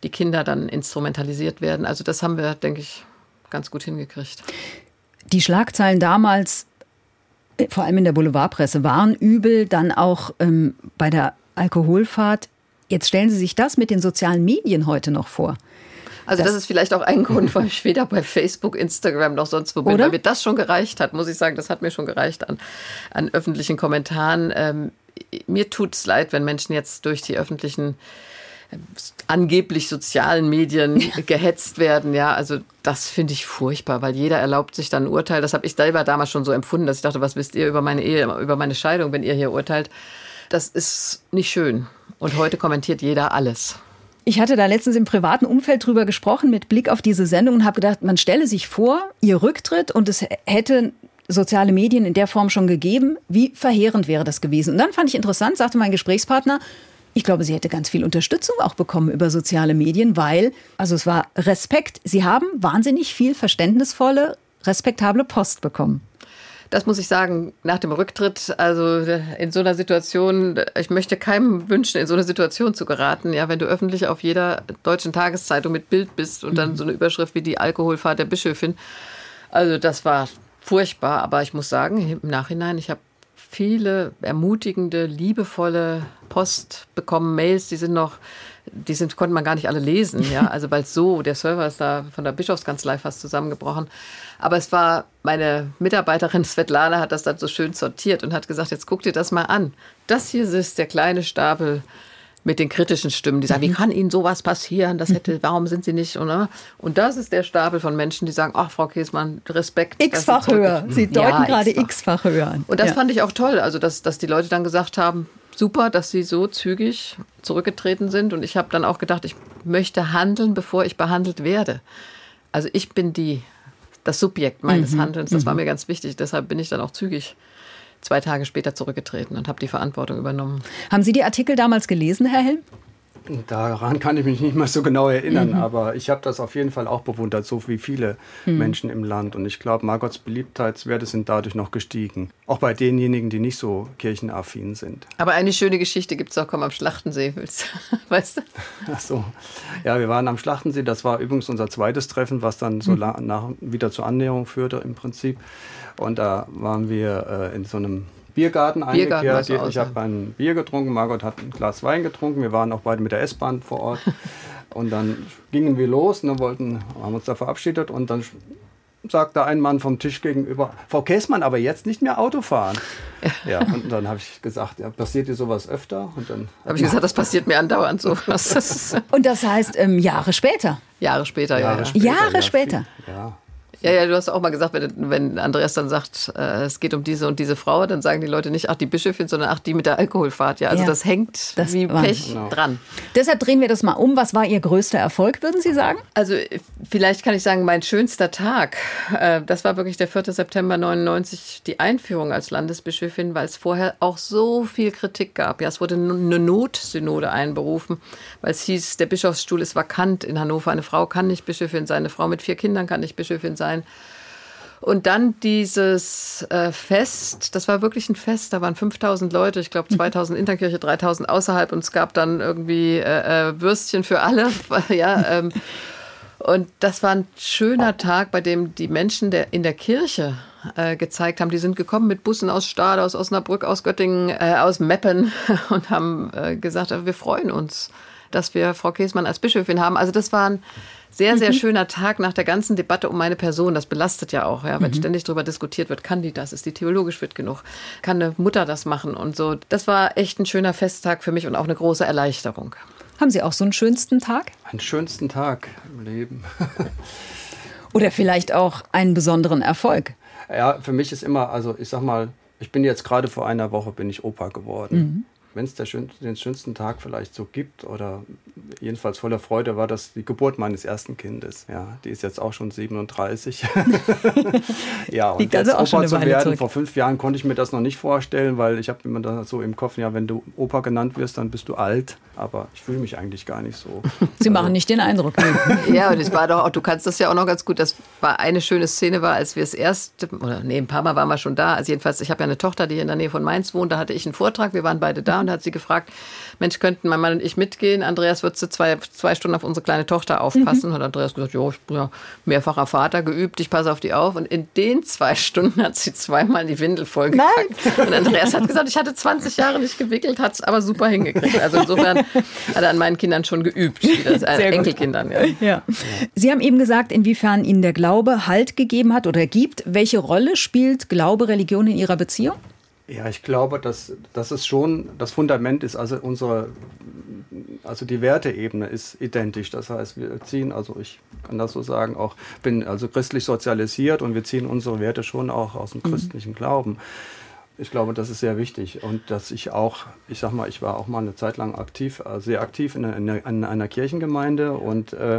die Kinder dann instrumentalisiert werden. Also das haben wir, denke ich, ganz gut hingekriegt. Die Schlagzeilen damals, vor allem in der Boulevardpresse, waren übel, dann auch ähm, bei der Alkoholfahrt. Jetzt stellen Sie sich das mit den sozialen Medien heute noch vor. Also das, das ist vielleicht auch ein Grund, warum ich weder bei Facebook, Instagram noch sonst wo bin, oder? Weil mir das schon gereicht hat, muss ich sagen. Das hat mir schon gereicht an, an öffentlichen Kommentaren. Ähm, mir tut es leid, wenn Menschen jetzt durch die öffentlichen, äh, angeblich sozialen Medien gehetzt werden. Ja, also das finde ich furchtbar, weil jeder erlaubt sich dann ein Urteil. Das habe ich selber damals schon so empfunden, dass ich dachte, was wisst ihr über meine Ehe, über meine Scheidung, wenn ihr hier urteilt? Das ist nicht schön. Und heute kommentiert jeder alles. Ich hatte da letztens im privaten Umfeld drüber gesprochen mit Blick auf diese Sendung und habe gedacht, man stelle sich vor, ihr Rücktritt und es hätte soziale Medien in der Form schon gegeben. Wie verheerend wäre das gewesen? Und dann fand ich interessant, sagte mein Gesprächspartner, ich glaube, sie hätte ganz viel Unterstützung auch bekommen über soziale Medien, weil, also es war Respekt. Sie haben wahnsinnig viel verständnisvolle, respektable Post bekommen. Das muss ich sagen, nach dem Rücktritt, also in so einer Situation, ich möchte keinem wünschen, in so eine Situation zu geraten, ja, wenn du öffentlich auf jeder deutschen Tageszeitung mit Bild bist und dann so eine Überschrift wie die Alkoholfahrt der Bischöfin. Also das war furchtbar, aber ich muss sagen, im Nachhinein, ich habe viele ermutigende, liebevolle Post bekommen, Mails, die sind noch, die sind, konnte man gar nicht alle lesen, ja, also weil so, der Server ist da von der Bischofskanzlei fast zusammengebrochen. Aber es war, meine Mitarbeiterin Svetlana hat das dann so schön sortiert und hat gesagt, jetzt guck dir das mal an. Das hier ist der kleine Stapel mit den kritischen Stimmen, die sagen, wie kann Ihnen sowas passieren? Das hätte, warum sind Sie nicht? Und, und das ist der Stapel von Menschen, die sagen, ach, Frau Käßmann, Respekt. X-fach höher. Sie deuten ja, gerade X-fach höher an. Und das ja. fand ich auch toll, also dass, dass die Leute dann gesagt haben, super, dass sie so zügig zurückgetreten sind. Und ich habe dann auch gedacht, ich möchte handeln, bevor ich behandelt werde. Also ich bin die, das Subjekt meines mhm. Handelns. Das war mir ganz wichtig. Deshalb bin ich dann auch zügig zwei Tage später zurückgetreten und habe die Verantwortung übernommen. Haben Sie die Artikel damals gelesen, Herr Helm? Daran kann ich mich nicht mehr so genau erinnern, mhm. aber ich habe das auf jeden Fall auch bewundert, so wie viele mhm. Menschen im Land. Und ich glaube, Margots Beliebtheitswerte sind dadurch noch gestiegen. Auch bei denjenigen, die nicht so kirchenaffin sind. Aber eine schöne Geschichte gibt es auch, komm, am Schlachtensee, weißt du? Ach so. Ja, wir waren am Schlachtensee. Das war übrigens unser zweites Treffen, was dann so mhm. nach, wieder zur Annäherung führte im Prinzip. Und da waren wir äh, in so einem Biergarten eingekehrt. Ich, ich habe ein Bier getrunken, Margot hat ein Glas Wein getrunken. Wir waren auch beide mit der S-Bahn vor Ort. Und dann gingen wir los und dann wollten, haben uns da verabschiedet. Und dann sagte ein Mann vom Tisch gegenüber, Frau Käßmann, aber jetzt nicht mehr Auto fahren. Ja, ja und dann habe ich gesagt, ja, passiert dir sowas öfter? Und dann habe ich gesagt, das passiert mir andauernd so. Und das heißt ähm, Jahre später? Jahre später, Jahre ja. Später, Jahre ja, später? Viel, ja. Ja, ja, du hast auch mal gesagt, wenn, wenn Andreas dann sagt, äh, es geht um diese und diese Frau, dann sagen die Leute nicht, ach, die Bischöfin, sondern ach, die mit der Alkoholfahrt. Ja, also ja, das hängt das wie Pech genau. dran. Deshalb drehen wir das mal um. Was war Ihr größter Erfolg, würden Sie sagen? Also vielleicht kann ich sagen, mein schönster Tag, äh, das war wirklich der vierte September neunundneunzig, die Einführung als Landesbischöfin, weil es vorher auch so viel Kritik gab. Ja, es wurde eine Notsynode einberufen, weil es hieß, der Bischofsstuhl ist vakant in Hannover. Eine Frau kann nicht Bischöfin sein, eine Frau mit vier Kindern kann nicht Bischöfin sein. Und dann dieses äh, Fest, das war wirklich ein Fest, da waren fünftausend Leute, ich glaube zweitausend in der Kirche, dreitausend außerhalb und es gab dann irgendwie äh, äh, Würstchen für alle. ja, ähm, und das war ein schöner Tag, bei dem die Menschen der, in der Kirche äh, gezeigt haben, die sind gekommen mit Bussen aus Stade, aus Osnabrück, aus Göttingen, äh, aus Meppen und haben äh, gesagt, wir freuen uns, dass wir Frau Käßmann als Bischöfin haben. Also das war ein sehr, sehr mhm. schöner Tag nach der ganzen Debatte um meine Person. Das belastet ja auch, ja, wenn mhm. ständig darüber diskutiert wird, kann die das, ist die theologisch fit genug, kann eine Mutter das machen und so. Das war echt ein schöner Festtag für mich und auch eine große Erleichterung. Haben Sie auch so einen schönsten Tag? Einen schönsten Tag im Leben. Oder vielleicht auch einen besonderen Erfolg? Ja, für mich ist immer, also ich sag mal, ich bin jetzt gerade vor einer Woche bin ich Opa geworden. Mhm. Wenn es den schönsten Tag vielleicht so gibt oder jedenfalls voller Freude war das die Geburt meines ersten Kindes. Ja, die ist jetzt auch schon siebenunddreißig. ja, und jetzt also Opa zu werden, zurück. Vor fünf Jahren konnte ich mir das noch nicht vorstellen, weil ich habe immer das so im Kopf, ja, wenn du Opa genannt wirst, dann bist du alt. Aber ich fühle mich eigentlich gar nicht so. Sie also, machen nicht den Eindruck. ja, und es war doch auch, du kannst das ja auch noch ganz gut. Das war eine schöne Szene, war, als wir es erst, oder nee, ein paar Mal waren wir schon da. Also jedenfalls, ich habe ja eine Tochter, die in der Nähe von Mainz wohnt. Da hatte ich einen Vortrag, wir waren beide da. Und da hat sie gefragt, Mensch, könnten mein Mann und ich mitgehen? Andreas, würdest du zwei, zwei Stunden auf unsere kleine Tochter aufpassen? Mhm. Und Andreas gesagt, jo, ich bin ja mehrfacher Vater, geübt, ich passe auf die auf. Und in den zwei Stunden hat sie zweimal die Windel vollgepackt. Und Andreas hat gesagt, ich hatte zwanzig Jahre nicht gewickelt, hat es aber super hingekriegt. Also insofern hat er an meinen Kindern schon geübt, wie das, äh, Enkelkindern. Ja. Ja. Sie haben eben gesagt, inwiefern Ihnen der Glaube Halt gegeben hat oder gibt. Welche Rolle spielt Glaube, Religion in Ihrer Beziehung? Ja, ich glaube, dass, dass es schon das Fundament ist. Also unsere, also die Werteebene ist identisch. Das heißt, wir ziehen, also ich kann das so sagen, auch bin also christlich sozialisiert und wir ziehen unsere Werte schon auch aus dem christlichen mhm. Glauben. Ich glaube, das ist sehr wichtig und dass ich auch, ich sag mal, ich war auch mal eine Zeit lang aktiv, sehr aktiv in einer, in einer Kirchengemeinde und äh,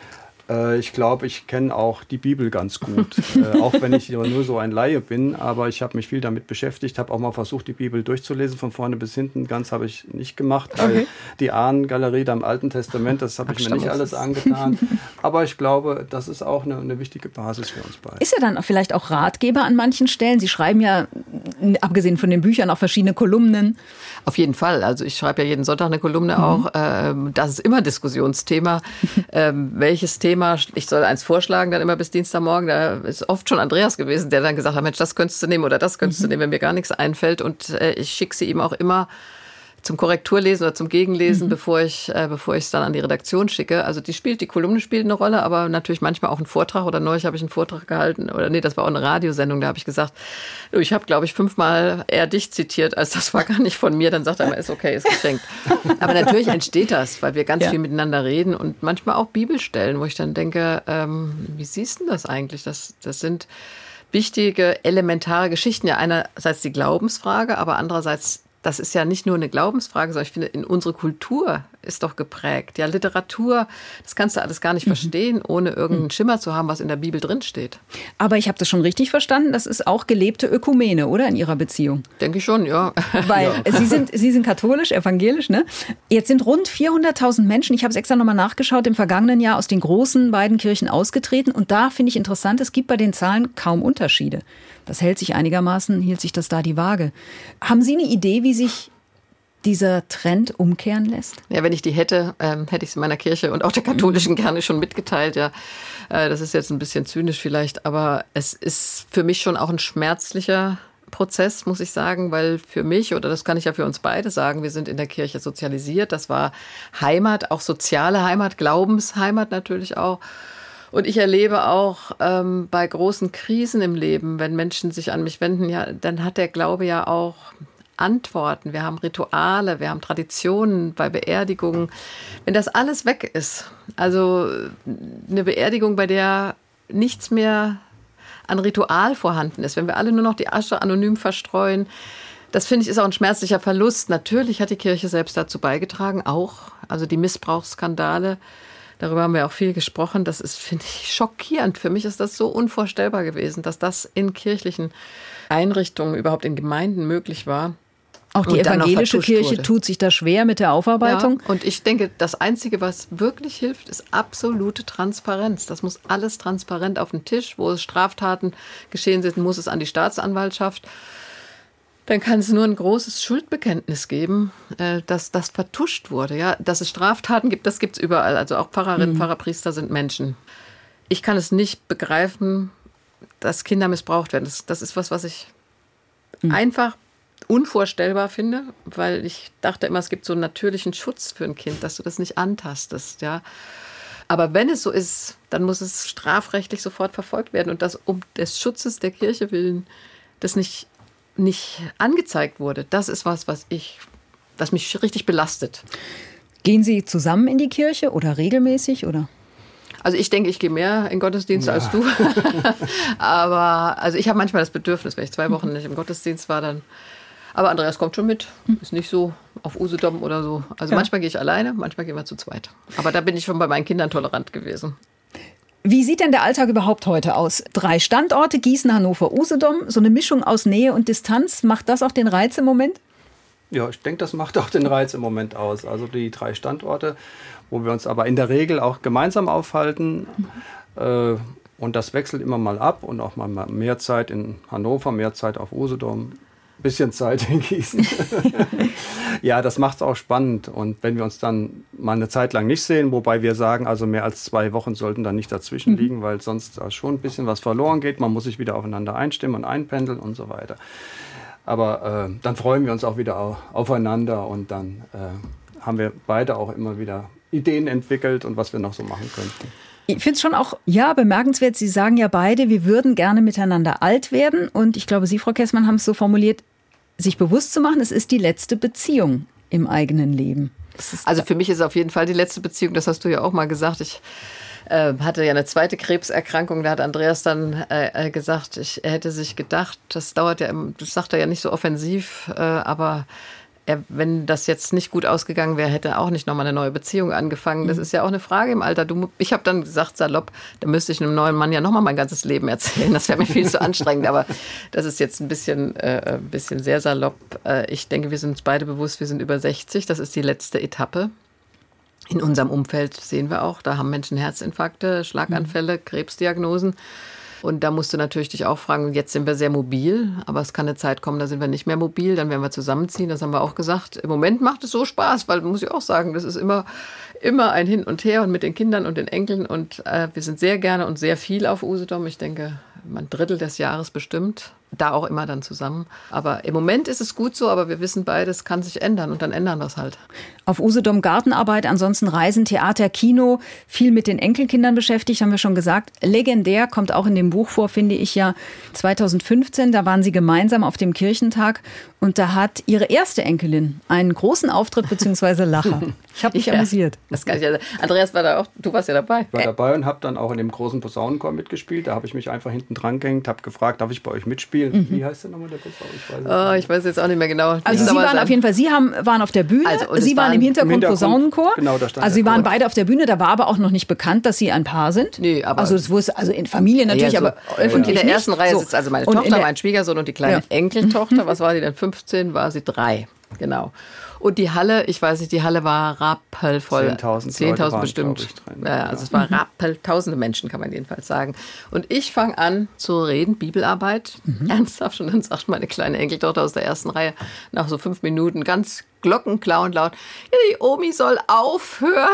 ich glaube, ich kenne auch die Bibel ganz gut, äh, auch wenn ich nur so ein Laie bin, aber ich habe mich viel damit beschäftigt, habe auch mal versucht, die Bibel durchzulesen, von vorne bis hinten. Ganz habe ich nicht gemacht, weil okay. die Ahnengalerie da im Alten Testament, das habe ich mir nicht alles angetan. Aber ich glaube, das ist auch eine, eine wichtige Basis für uns beide. Ist er dann vielleicht auch Ratgeber an manchen Stellen? Sie schreiben ja, abgesehen von den Büchern, auch verschiedene Kolumnen. Auf jeden Fall. Also ich schreibe ja jeden Sonntag eine Kolumne mhm. auch. Ähm, das ist immer Diskussionsthema. ähm, welches Thema ich soll eins vorschlagen, dann immer bis Dienstagmorgen. Da ist oft schon Andreas gewesen, der dann gesagt hat, Mensch, das könntest du nehmen oder das könntest mhm. du nehmen, wenn mir gar nichts einfällt. Und äh, ich schicke sie ihm auch immer zum Korrekturlesen oder zum Gegenlesen, mhm. bevor ich äh, bevor ich es dann an die Redaktion schicke. Also die spielt, die Kolumne spielt eine Rolle, aber natürlich manchmal auch ein Vortrag. Oder neulich habe ich einen Vortrag gehalten, oder nee, das war auch eine Radiosendung, da habe ich gesagt, ich habe, glaube ich, fünfmal eher dich zitiert, als das war gar nicht von mir. Dann sagt er immer, ist okay, ist geschenkt. Aber natürlich entsteht das, weil wir ganz ja. viel miteinander reden und manchmal auch Bibelstellen, wo ich dann denke, ähm, wie siehst du das eigentlich? Das, das sind wichtige, elementare Geschichten. Ja, einerseits die Glaubensfrage, aber andererseits, das ist ja nicht nur eine Glaubensfrage, sondern ich finde, in unsere Kultur ist doch geprägt. Ja, Literatur, das kannst du alles gar nicht mhm. verstehen, ohne irgendeinen Schimmer zu haben, was in der Bibel drinsteht. Aber ich habe das schon richtig verstanden, das ist auch gelebte Ökumene, oder, in Ihrer Beziehung? Denke ich schon, ja. Weil ja. Sie sind, Sie sind katholisch, evangelisch, ne? Jetzt sind rund vierhunderttausend Menschen, ich habe es extra nochmal nachgeschaut, im vergangenen Jahr aus den großen beiden Kirchen ausgetreten. Und da finde ich interessant, es gibt bei den Zahlen kaum Unterschiede. Das hält sich einigermaßen, hielt sich das da die Waage. Haben Sie eine Idee, wie sich dieser Trend umkehren lässt? Ja, wenn ich die hätte, ähm, hätte ich es in meiner Kirche und auch der katholischen gerne schon mitgeteilt. Ja, äh, das ist jetzt ein bisschen zynisch vielleicht, aber es ist für mich schon auch ein schmerzlicher Prozess, muss ich sagen, weil für mich, oder das kann ich ja für uns beide sagen, wir sind in der Kirche sozialisiert. Das war Heimat, auch soziale Heimat, Glaubensheimat natürlich auch. Und ich erlebe auch ähm, bei großen Krisen im Leben, wenn Menschen sich an mich wenden, ja, dann hat der Glaube ja auch Antworten. Wir haben Rituale, wir haben Traditionen bei Beerdigungen. Wenn das alles weg ist, also eine Beerdigung, bei der nichts mehr an Ritual vorhanden ist, wenn wir alle nur noch die Asche anonym verstreuen, das finde ich ist auch ein schmerzlicher Verlust. Natürlich hat die Kirche selbst dazu beigetragen, auch, also die Missbrauchsskandale. Darüber haben wir auch viel gesprochen. Das ist, finde ich, schockierend. Für mich ist das so unvorstellbar gewesen, dass das in kirchlichen Einrichtungen, überhaupt in Gemeinden möglich war. Auch die evangelische Kirche wurde. tut sich da schwer mit der Aufarbeitung. Ja, und ich denke, das Einzige, was wirklich hilft, ist absolute Transparenz. Das muss alles transparent auf den Tisch. Wo es Straftaten geschehen sind, muss es an die Staatsanwaltschaft. Dann kann es nur ein großes Schuldbekenntnis geben, dass das vertuscht wurde. Ja, dass es Straftaten gibt, das gibt es überall. Also auch Pfarrerinnen, mhm. Pfarrer, Priester sind Menschen. Ich kann es nicht begreifen, dass Kinder missbraucht werden. Das, das ist was, was ich mhm. einfach unvorstellbar finde, weil ich dachte immer, es gibt so einen natürlichen Schutz für ein Kind, dass du das nicht antastest. Ja. Aber wenn es so ist, dann muss es strafrechtlich sofort verfolgt werden. Und das um des Schutzes der Kirche willen, das nicht nicht angezeigt wurde, das ist was, was ich, was mich richtig belastet. Gehen Sie zusammen in die Kirche oder regelmäßig, oder? Also ich denke, ich gehe mehr in Gottesdienste ja. als du. Aber also ich habe manchmal das Bedürfnis, wenn ich zwei Wochen nicht im Gottesdienst war, dann. Aber Andreas kommt schon mit. Ist nicht so auf Usedom oder so. Also ja. manchmal gehe ich alleine, manchmal gehen wir zu zweit. Aber da bin ich schon bei meinen Kindern tolerant gewesen. Wie sieht denn der Alltag überhaupt heute aus? Drei Standorte, Gießen, Hannover, Usedom. So eine Mischung aus Nähe und Distanz. Macht das auch den Reiz im Moment? Ja, ich denke, das macht auch den Reiz im Moment aus. Also die drei Standorte, wo wir uns aber in der Regel auch gemeinsam aufhalten. Mhm. Äh, und das wechselt immer mal ab. Und auch mal mehr Zeit in Hannover, mehr Zeit auf Usedom. Bisschen Zeit in Gießen. Ja, das macht es auch spannend. Und wenn wir uns dann mal eine Zeit lang nicht sehen, wobei wir sagen, also mehr als zwei Wochen sollten dann nicht dazwischen liegen, mhm. weil sonst schon ein bisschen was verloren geht. Man muss sich wieder aufeinander einstimmen und einpendeln und so weiter. Aber äh, dann freuen wir uns auch wieder au- aufeinander und dann äh, haben wir beide auch immer wieder Ideen entwickelt und was wir noch so machen könnten. Ich finde es schon auch, ja, bemerkenswert. Sie sagen ja beide, wir würden gerne miteinander alt werden. Und ich glaube, Sie, Frau Kessmann, haben es so formuliert, sich bewusst zu machen, es ist die letzte Beziehung im eigenen Leben. Also für mich ist es auf jeden Fall die letzte Beziehung. Das hast du ja auch mal gesagt. Ich äh, hatte ja eine zweite Krebserkrankung. Da hat Andreas dann äh, gesagt, ich, er hätte sich gedacht, das dauert ja, das sagt er ja nicht so offensiv, äh, aber er, wenn das jetzt nicht gut ausgegangen wäre, hätte er auch nicht nochmal eine neue Beziehung angefangen. Das ist ja auch eine Frage im Alter. Du, ich habe dann gesagt, salopp, da müsste ich einem neuen Mann ja nochmal mein ganzes Leben erzählen. Das wäre mir viel zu anstrengend. Aber das ist jetzt ein bisschen, äh, ein bisschen sehr salopp. Äh, ich denke, wir sind uns beide bewusst, wir sind über sechzig. Das ist die letzte Etappe. In unserem Umfeld sehen wir auch, da haben Menschen Herzinfarkte, Schlaganfälle, Krebsdiagnosen. Und da musst du natürlich dich auch fragen, jetzt sind wir sehr mobil, aber es kann eine Zeit kommen, da sind wir nicht mehr mobil, dann werden wir zusammenziehen, das haben wir auch gesagt. Im Moment macht es so Spaß, weil, muss ich auch sagen, das ist immer, immer ein Hin und Her und mit den Kindern und den Enkeln und äh, wir sind sehr gerne und sehr viel auf Usedom. Ich denke, ein Drittel des Jahres bestimmt, da auch immer dann zusammen. Aber im Moment ist es gut so, aber wir wissen beide, es kann sich ändern und dann ändern wir es halt. Auf Usedom Gartenarbeit, ansonsten Reisen, Theater, Kino, viel mit den Enkelkindern beschäftigt, haben wir schon gesagt. Legendär, kommt auch in dem Buch vor, finde ich ja, zweitausendfünfzehn, da waren sie gemeinsam auf dem Kirchentag und da hat ihre erste Enkelin einen großen Auftritt bzw. Lacher. Ich habe mich ja amüsiert. Das kann ich ja. Andreas war da auch, du warst ja dabei. Ich war dabei und habe dann auch in dem großen Posaunenchor mitgespielt. Da habe ich mich einfach hinten dran gehängt, habe gefragt, darf ich bei euch mitspielen? Mhm. Wie heißt denn nochmal der Posaun? Ich weiß, oh, ich weiß jetzt auch nicht mehr genau. Also Sie waren auf jeden Fall, Sie haben, waren auf der Bühne, also, Sie waren im Hintergrund, im Hintergrund Posaunenchor. Genau, da stand also Sie waren beide auf der Bühne, da war aber auch noch nicht bekannt, dass Sie ein Paar sind. Nee, aber also das wusste, also in Familie natürlich, ja, so, aber öffentlich in der ersten nicht. Reihe so. sitzt also meine und Tochter, mein Schwiegersohn und die kleine ja. Enkeltochter. Was war die denn? fünfzehn, war sie drei. Genau. Und die Halle, ich weiß nicht, die Halle war rappelvoll. zehntausend bestimmt. Drin, ja, also ja. Es war rappel, tausende Menschen, kann man jedenfalls sagen. Und ich fange an zu reden, Bibelarbeit, mhm. ernsthaft. Und dann sagt meine kleine Enkeltochter aus der ersten Reihe nach so fünf Minuten ganz glockenklar und laut, ja, die Omi soll aufhören.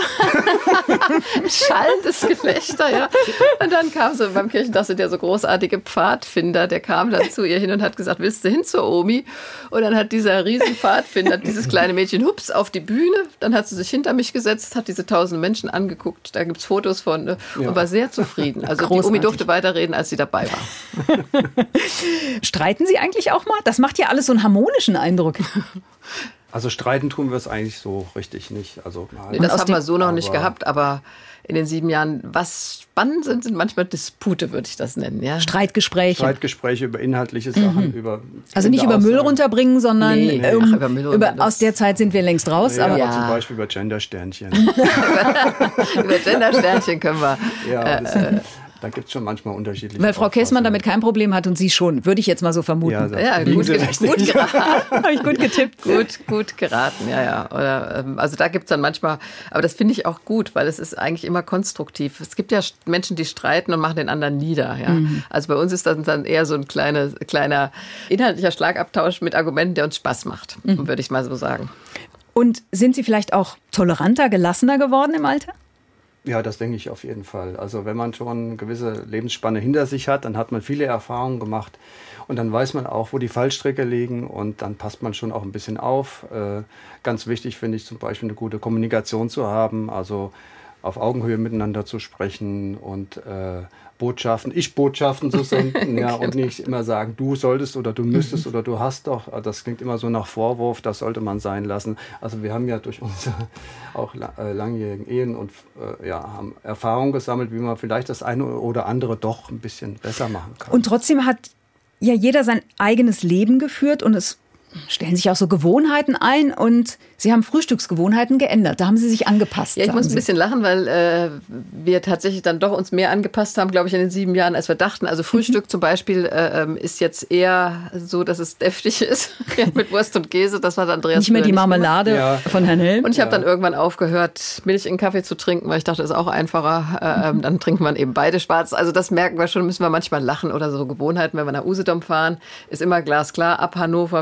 Schallendes Gelächter, ja. Und dann kam so beim Kirchentag sind ja so großartige Pfadfinder, der kam dann zu ihr hin und hat gesagt, willst du hin zur Omi? Und dann hat dieser riesen Pfadfinder, dieses kleine Mädchen, hups, auf die Bühne. Dann hat sie sich hinter mich gesetzt, hat diese tausend Menschen angeguckt. Da gibt es Fotos von ne, ja. und war sehr zufrieden. Also großartig. Die Omi durfte weiterreden, als sie dabei war. Streiten Sie eigentlich auch mal? Das macht ja alles so einen harmonischen Eindruck. Also streiten tun wir es eigentlich so richtig nicht. Also, nee, das haben wir so noch nicht gehabt, aber in den sieben Jahren, was spannend sind, sind manchmal Dispute, würde ich das nennen. Ja? Streitgespräche. Streitgespräche über inhaltliche Sachen. Mhm. über Also nicht über Müll runterbringen, sondern nee, nee. Um, Ach, über Müll über, aus der Zeit sind wir längst raus. Nee, aber, aber ja. zum Beispiel über Gendersternchen. Über Gendersternchen können wir... Ja, das, äh, da gibt es schon manchmal unterschiedliche... Weil Frau Kessmann damit kein Problem hat und Sie schon, würde ich jetzt mal so vermuten. Ja, ja gut, gut geraten. Habe ich gut getippt. gut, gut geraten, ja, ja. Oder, ähm, also da gibt es dann manchmal, aber das finde ich auch gut, weil es ist eigentlich immer konstruktiv. Es gibt ja Menschen, die streiten und machen den anderen nieder. Ja? Mhm. Also bei uns ist das dann eher so ein kleine, kleiner inhaltlicher Schlagabtausch mit Argumenten, der uns Spaß macht, mhm. würde ich mal so sagen. Und sind Sie vielleicht auch toleranter, gelassener geworden im Alter? Ja, das denke ich auf jeden Fall. Also wenn man schon eine gewisse Lebensspanne hinter sich hat, dann hat man viele Erfahrungen gemacht und dann weiß man auch, wo die Fallstricke liegen und dann passt man schon auch ein bisschen auf. Äh, ganz wichtig finde ich zum Beispiel eine gute Kommunikation zu haben, also auf Augenhöhe miteinander zu sprechen und äh, Botschaften, Ich-Botschaften zu senden ja, und nicht immer sagen, du solltest oder du müsstest mhm. oder du hast doch. Das klingt immer so nach Vorwurf, das sollte man sein lassen. Also wir haben ja durch unsere auch äh, langjährigen Ehen und äh, ja, haben Erfahrung gesammelt, wie man vielleicht das eine oder andere doch ein bisschen besser machen kann. Und trotzdem hat ja jeder sein eigenes Leben geführt und es stellen sich auch so Gewohnheiten ein und Sie haben Frühstücksgewohnheiten geändert. Da haben Sie sich angepasst. Ja, ich muss ein bisschen lachen, weil äh, wir tatsächlich dann doch uns mehr angepasst haben, glaube ich, in den sieben Jahren, als wir dachten. Also Frühstück mhm. zum Beispiel äh, ist jetzt eher so, dass es deftig ist ja, mit Wurst und Käse. Das war Andreas. Nicht mehr die Marmelade ja. von Herrn Helm. Und ich habe ja. dann irgendwann aufgehört, Milch in Kaffee zu trinken, weil ich dachte, das ist auch einfacher. Äh, mhm. Dann trinkt man eben beide schwarz. Also das merken wir schon, müssen wir manchmal lachen oder so Gewohnheiten, wenn wir nach Usedom fahren. Ist immer glasklar. Ab Hannover fährt Andreas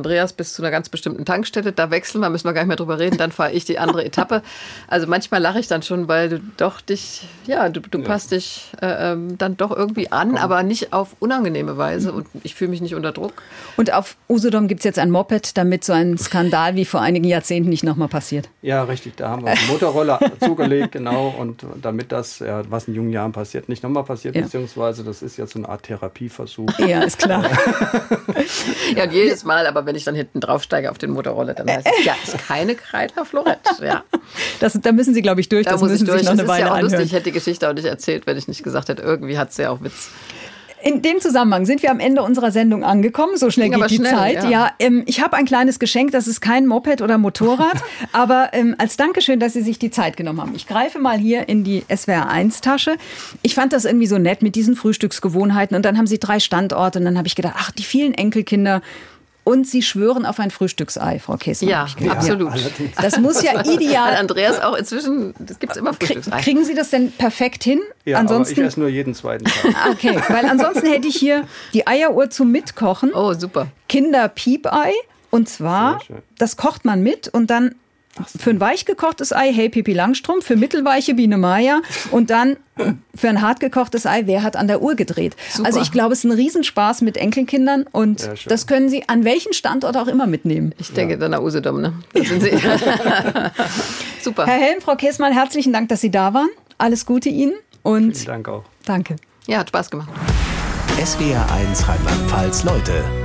Andreas bis zu einer ganz bestimmten Tankstelle, da wechseln wir, müssen wir gar nicht mehr drüber reden, dann fahre ich die andere Etappe. Also manchmal lache ich dann schon, weil du doch dich, ja, du, du ja. passt dich äh, dann doch irgendwie an, Komm. aber nicht auf unangenehme Weise und ich fühle mich nicht unter Druck. Und auf Usedom gibt es jetzt ein Moped, damit so ein Skandal wie vor einigen Jahrzehnten nicht nochmal passiert. Ja, richtig, da haben wir einen Motorroller zugelegt, genau, und damit das, ja, was in jungen Jahren passiert, nicht nochmal passiert, ja. beziehungsweise das ist jetzt so eine Art Therapieversuch. Ja, ist klar. Ja, und jedes Mal, aber wenn ich dann hinten draufsteige auf den Motorroller, dann heißt es, ja, ist keine Kreidler Florette. Ja. Das, da müssen Sie, glaube ich, durch. Da das muss müssen ich durch. Sie sich noch Das eine ist Weile ja auch anhören. lustig. Ich hätte die Geschichte auch nicht erzählt, wenn ich nicht gesagt hätte, irgendwie hat sie ja auch Witz. In dem Zusammenhang sind wir am Ende unserer Sendung angekommen. So schnell Ging geht die schnell, Zeit. Ja, ja ähm, ich habe ein kleines Geschenk. Das ist kein Moped oder Motorrad. aber ähm, als Dankeschön, dass Sie sich die Zeit genommen haben. Ich greife mal hier in die S W R eins Tasche. Ich fand das irgendwie so nett mit diesen Frühstücksgewohnheiten. Und dann haben Sie drei Standorte. Und dann habe ich gedacht, ach, die vielen Enkelkinder. Und Sie schwören auf ein Frühstücksei, Frau Kessler. Ja, absolut. Ja. Das muss ja ideal... Andreas auch inzwischen, es gibt immer Frühstücksei. Kriegen Sie das denn perfekt hin? Ja, ansonsten, aber ich esse nur jeden zweiten Tag. Okay, weil ansonsten hätte ich hier die Eieruhr zum Mitkochen. Oh, super. Kinder-Piepei. Und zwar, das kocht man mit und dann für ein weich gekochtes Ei, hey Pippi Langstrumpf, für mittelweiche Biene Maya und dann für ein hart gekochtes Ei, wer hat an der Uhr gedreht? Super. Also ich glaube, es ist ein Riesenspaß mit Enkelkindern und ja, das können Sie an welchen Standort auch immer mitnehmen. Ich denke ja. dann nach Usedom, ne? Da sind Sie. Super. Herr Helm, Frau Kessmann, herzlichen Dank, dass Sie da waren. Alles Gute Ihnen und vielen Dank auch. Danke. Ja, hat Spaß gemacht. S W R eins Rheinland-Pfalz Leute.